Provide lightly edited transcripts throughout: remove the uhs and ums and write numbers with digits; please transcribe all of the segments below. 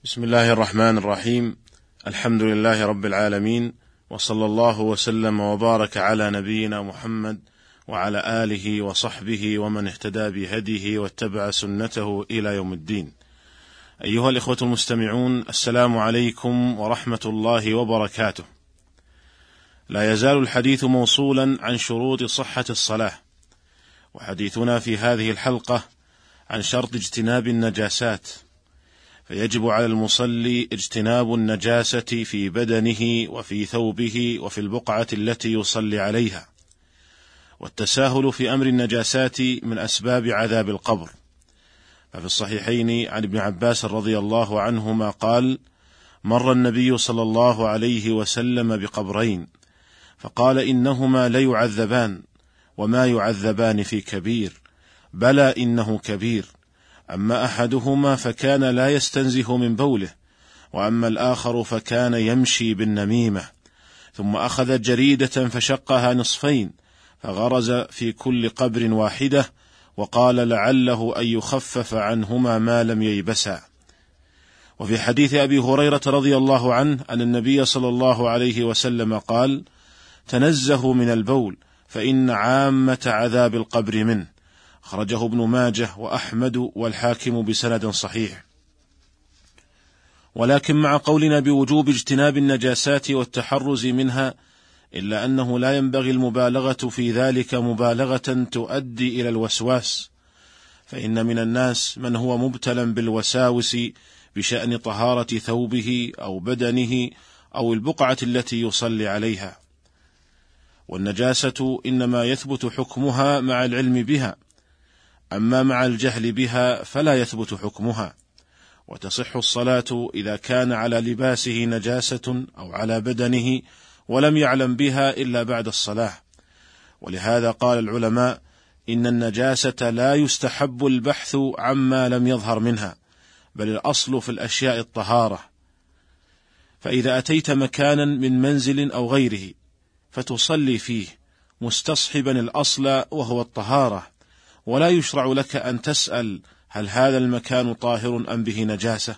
بسم الله الرحمن الرحيم. الحمد لله رب العالمين، وصلى الله وسلم وبارك على نبينا محمد وعلى آله وصحبه ومن اهتدى بهديه واتبع سنته إلى يوم الدين. أيها الإخوة المستمعون، السلام عليكم ورحمة الله وبركاته. لا يزال الحديث موصولا عن شروط صحة الصلاة، وحديثنا في هذه الحلقة عن شرط اجتناب النجاسات، فيجب على المصلي اجتناب النجاسة في بدنه وفي ثوبه وفي البقعة التي يصلي عليها. والتساهل في أمر النجاسات من أسباب عذاب القبر، ففي الصحيحين عن ابن عباس رضي الله عنهما قال: مر النبي صلى الله عليه وسلم بقبرين فقال: إنهما ليعذبان وما يعذبان في كبير، بلى إنه كبير، أما أحدهما فكان لا يستنزه من بوله، وأما الآخر فكان يمشي بالنميمة. ثم أخذ جريدة فشقها نصفين فغرز في كل قبر واحدة، وقال لعله أن يخفف عنهما ما لم ييبسا. وفي حديث أبي هريرة رضي الله عنه أن النبي صلى الله عليه وسلم قال: تنزهوا من البول فإن عامة عذاب القبر منه. خرجه ابن ماجه وأحمد والحاكم بسند صحيح. ولكن مع قولنا بوجوب اجتناب النجاسات والتحرز منها، إلا أنه لا ينبغي المبالغة في ذلك مبالغة تؤدي إلى الوسواس، فإن من الناس من هو مبتلى بالوساوس بشأن طهارة ثوبه أو بدنه أو البقعة التي يصلي عليها. والنجاسة إنما يثبت حكمها مع العلم بها، أما مع الجهل بها فلا يثبت حكمها. وتصح الصلاة إذا كان على لباسه نجاسة أو على بدنه ولم يعلم بها إلا بعد الصلاة. ولهذا قال العلماء: إن النجاسة لا يستحب البحث عما لم يظهر منها، بل الأصل في الأشياء الطهارة. فإذا أتيت مكانا من منزل أو غيره فتصلي فيه مستصحبا الأصل وهو الطهارة، ولا يشرع لك أن تسأل هل هذا المكان طاهر أم به نجاسة.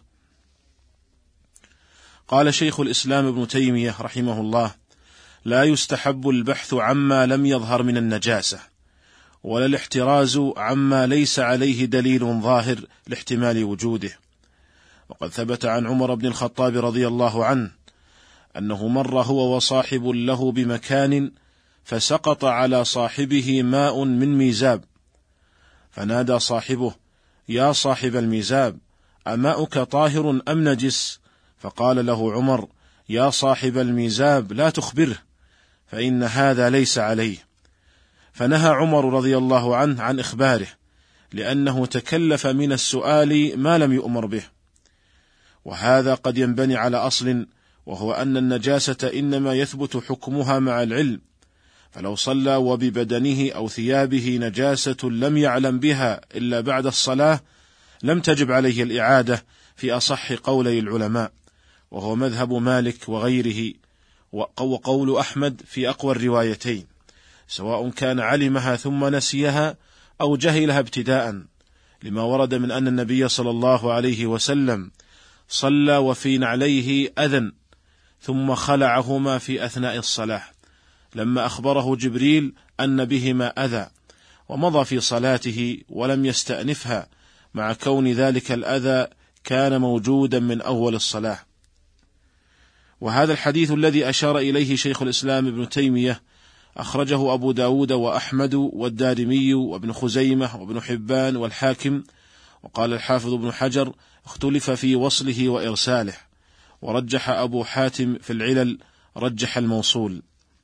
قال شيخ الإسلام ابن تيمية رحمه الله: لا يستحب البحث عما لم يظهر من النجاسة، ولا الاحتراز عما ليس عليه دليل ظاهر لاحتمال وجوده. وقد ثبت عن عمر بن الخطاب رضي الله عنه أنه مر هو وصاحب له بمكان فسقط على صاحبه ماء من ميزاب، فنادى صاحبه: يا صاحب الميزاب، أماؤك طاهر أم نجس؟ فقال له عمر: يا صاحب الميزاب، لا تخبره، فإن هذا ليس عليه. فنهى عمر رضي الله عنه عن إخباره، لأنه تكلف من السؤال ما لم يؤمر به. وهذا قد ينبني على أصل، وهو أن النجاسة إنما يثبت حكمها مع العلم، فلو صلى وببدنه أو ثيابه نجاسة لم يعلم بها إلا بعد الصلاة لم تجب عليه الإعادة في أصح قولي العلماء، وهو مذهب مالك وغيره، وقول أحمد في أقوى الروايتين، سواء كان علمها ثم نسيها أو جهلها ابتداء، لما ورد من أن النبي صلى الله عليه وسلم صلى وفي نعليه أذى ثم خلعهما في أثناء الصلاة لما أخبره جبريل أن بهما أذى، ومضى في صلاته ولم يستأنفها، مع كون ذلك الأذى كان موجودا من أول الصلاة. وهذا الحديث الذي أشار إليه شيخ الإسلام ابن تيمية أخرجه أبو داود وأحمد والدارمي وابن خزيمة وابن حبان والحاكم. وقال الحافظ ابن حجر: اختلف في وصله وإرساله، ورجح أبو حاتم في العلل رجح الموصول.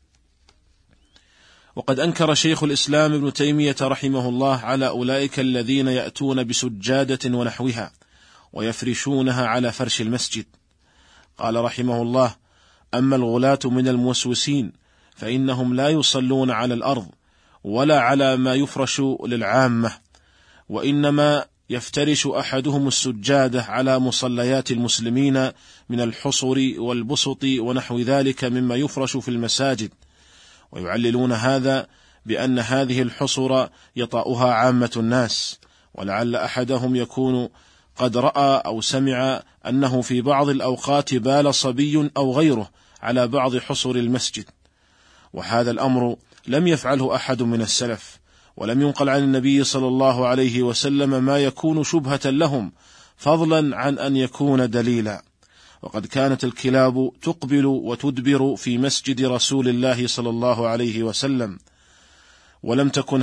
وقد أنكر شيخ الإسلام ابن تيمية رحمه الله على أولئك الذين يأتون بسجادة ونحوها ويفرشونها على فرش المسجد. قال رحمه الله: أما الغلاة من الموسوسين فإنهم لا يصلون على الأرض ولا على ما يفرش للعامة، وإنما يفترش أحدهم السجادة على مصليات المسلمين من الحصر والبسط ونحو ذلك مما يفرش في المساجد، ويعللون هذا بأن هذه الحصر يطأها عامة الناس، ولعل أحدهم يكون قد رأى أو سمع أنه في بعض الأوقات بال صبي أو غيره على بعض حصر المسجد، وهذا الأمر لم يفعله أحد من السلف، ولم ينقل عن النبي صلى الله عليه وسلم ما يكون شبهة لهم، فضلا عن أن يكون دليلا. وقد كانت الكلاب تقبل وتدبر في مسجد رسول الله صلى الله عليه وسلم، ولم تكن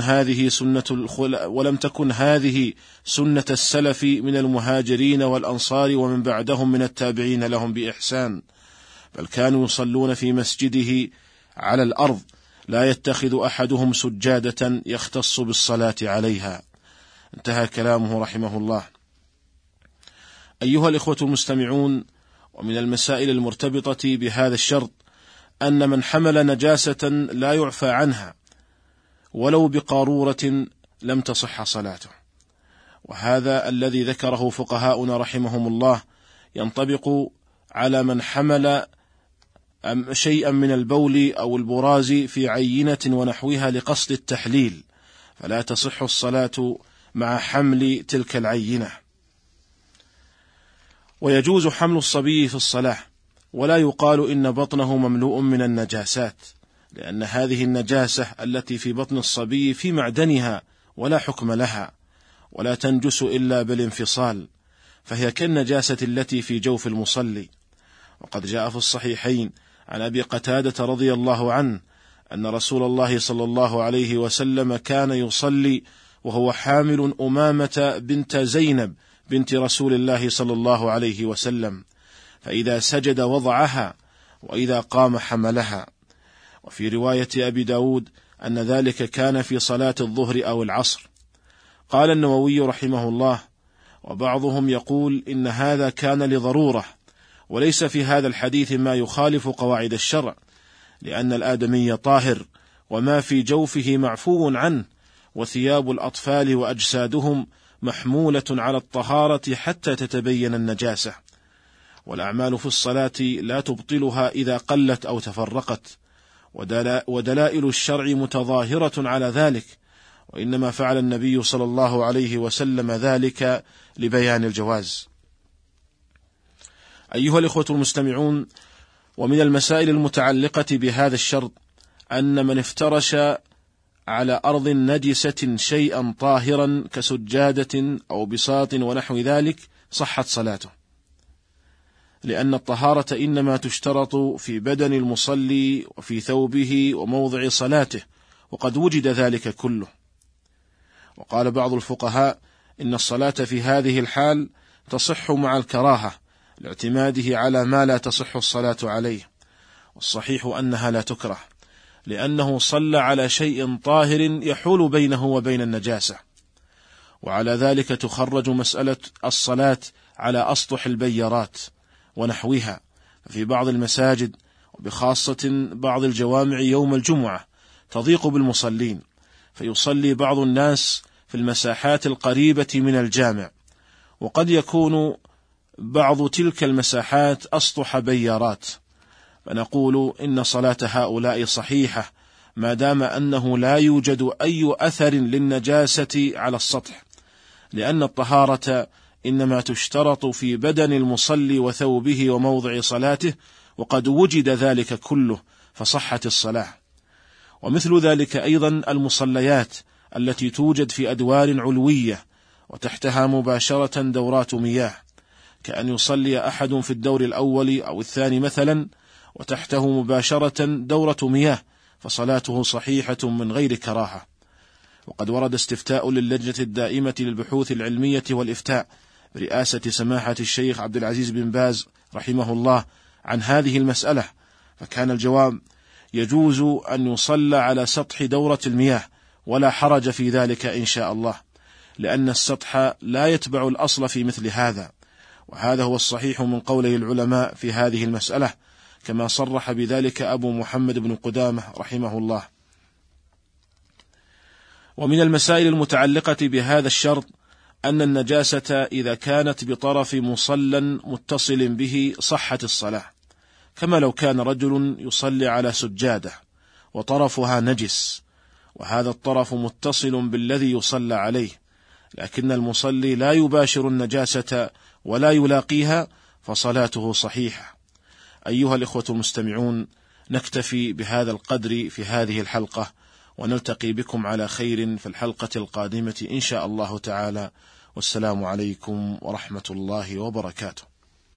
هذه سنة السلف من المهاجرين والأنصار ومن بعدهم من التابعين لهم بإحسان، بل كانوا يصلون في مسجده على الأرض، لا يتخذ أحدهم سجادة يختص بالصلاة عليها. انتهى كلامه رحمه الله. أيها الإخوة المستمعون، ومن المسائل المرتبطة بهذا الشرط أن من حمل نجاسة لا يعفى عنها ولو بقارورة لم تصح صلاته، وهذا الذي ذكره فقهاؤنا رحمهم الله ينطبق على من حمل شيئا من البول أو البراز في عينة ونحوها لقصد التحليل، فلا تصح الصلاة مع حمل تلك العينة. ويجوز حمل الصبي في الصلاة، ولا يقال إن بطنه مملوء من النجاسات، لأن هذه النجاسة التي في بطن الصبي في معدنها ولا حكم لها، ولا تنجس إلا بالانفصال، فهي كالنجاسة التي في جوف المصلي. وقد جاء في الصحيحين عن أبي قتادة رضي الله عنه أن رسول الله صلى الله عليه وسلم كان يصلي وهو حامل أمامة بنت زينب بنت رسول الله صلى الله عليه وسلم، فإذا سجد وضعها وإذا قام حملها. وفي رواية أبي داود أن ذلك كان في صلاة الظهر أو العصر. قال النووي رحمه الله: وبعضهم يقول إن هذا كان لضرورة، وليس في هذا الحديث ما يخالف قواعد الشرع، لأن الآدمي طاهر وما في جوفه معفو عنه، وثياب الأطفال وأجسادهم محمولة على الطهارة حتى تتبين النجاسة، والأعمال في الصلاة لا تبطلها إذا قلت أو تفرقت، ودلائل الشرع متظاهرة على ذلك، وإنما فعل النبي صلى الله عليه وسلم ذلك لبيان الجواز. أيها الإخوة المستمعون، ومن المسائل المتعلقة بهذا الشرط أن من افترش على أرض نجسة شيئا طاهرا كسجادة أو بساط ونحو ذلك صحت صلاته، لأن الطهارة إنما تشترط في بدن المصلي وفي ثوبه وموضع صلاته، وقد وجد ذلك كله. وقال بعض الفقهاء إن الصلاة في هذه الحال تصح مع الكراهة لاعتماده على ما لا تصح الصلاة عليه، والصحيح أنها لا تكره، لأنه صلى على شيء طاهر يحول بينه وبين النجاسة. وعلى ذلك تخرج مسألة الصلاة على أسطح البيارات ونحوها، في بعض المساجد وبخاصة بعض الجوامع يوم الجمعة تضيق بالمصلين، فيصلي بعض الناس في المساحات القريبة من الجامع، وقد يكون بعض تلك المساحات أسطح بيارات، فنقول إن صلاة هؤلاء صحيحة ما دام أنه لا يوجد أي أثر للنجاسة على السطح، لأن الطهارة إنما تشترط في بدن المصلي وثوبه وموضع صلاته، وقد وجد ذلك كله فصحت الصلاة. ومثل ذلك أيضا المصليات التي توجد في أدوار علوية وتحتها مباشرة دورات مياه، كأن يصلي أحد في الدور الأول أو الثاني مثلا وتحته مباشرة دورة مياه، فصلاته صحيحة من غير كراهة. وقد ورد استفتاء للجنة الدائمة للبحوث العلمية والإفتاء برئاسة سماحة الشيخ عبد العزيز بن باز رحمه الله عن هذه المسألة، فكان الجواب: يجوز أن يصلى على سطح دورة المياه ولا حرج في ذلك إن شاء الله، لأن السطح لا يتبع الأصل في مثل هذا، وهذا هو الصحيح من قولي العلماء في هذه المسألة، كما صرح بذلك أبو محمد بن قدامة رحمه الله. ومن المسائل المتعلقة بهذا الشرط أن النجاسة إذا كانت بطرف مصلى متصل به صحت الصلاة، كما لو كان رجل يصلي على سجادة وطرفها نجس، وهذا الطرف متصل بالذي يصلى عليه، لكن المصلي لا يباشر النجاسة ولا يلاقيها فصلاته صحيحة. أيها الإخوة المستمعون، نكتفي بهذا القدر في هذه الحلقة، ونلتقي بكم على خير في الحلقة القادمة إن شاء الله تعالى، والسلام عليكم ورحمة الله وبركاته.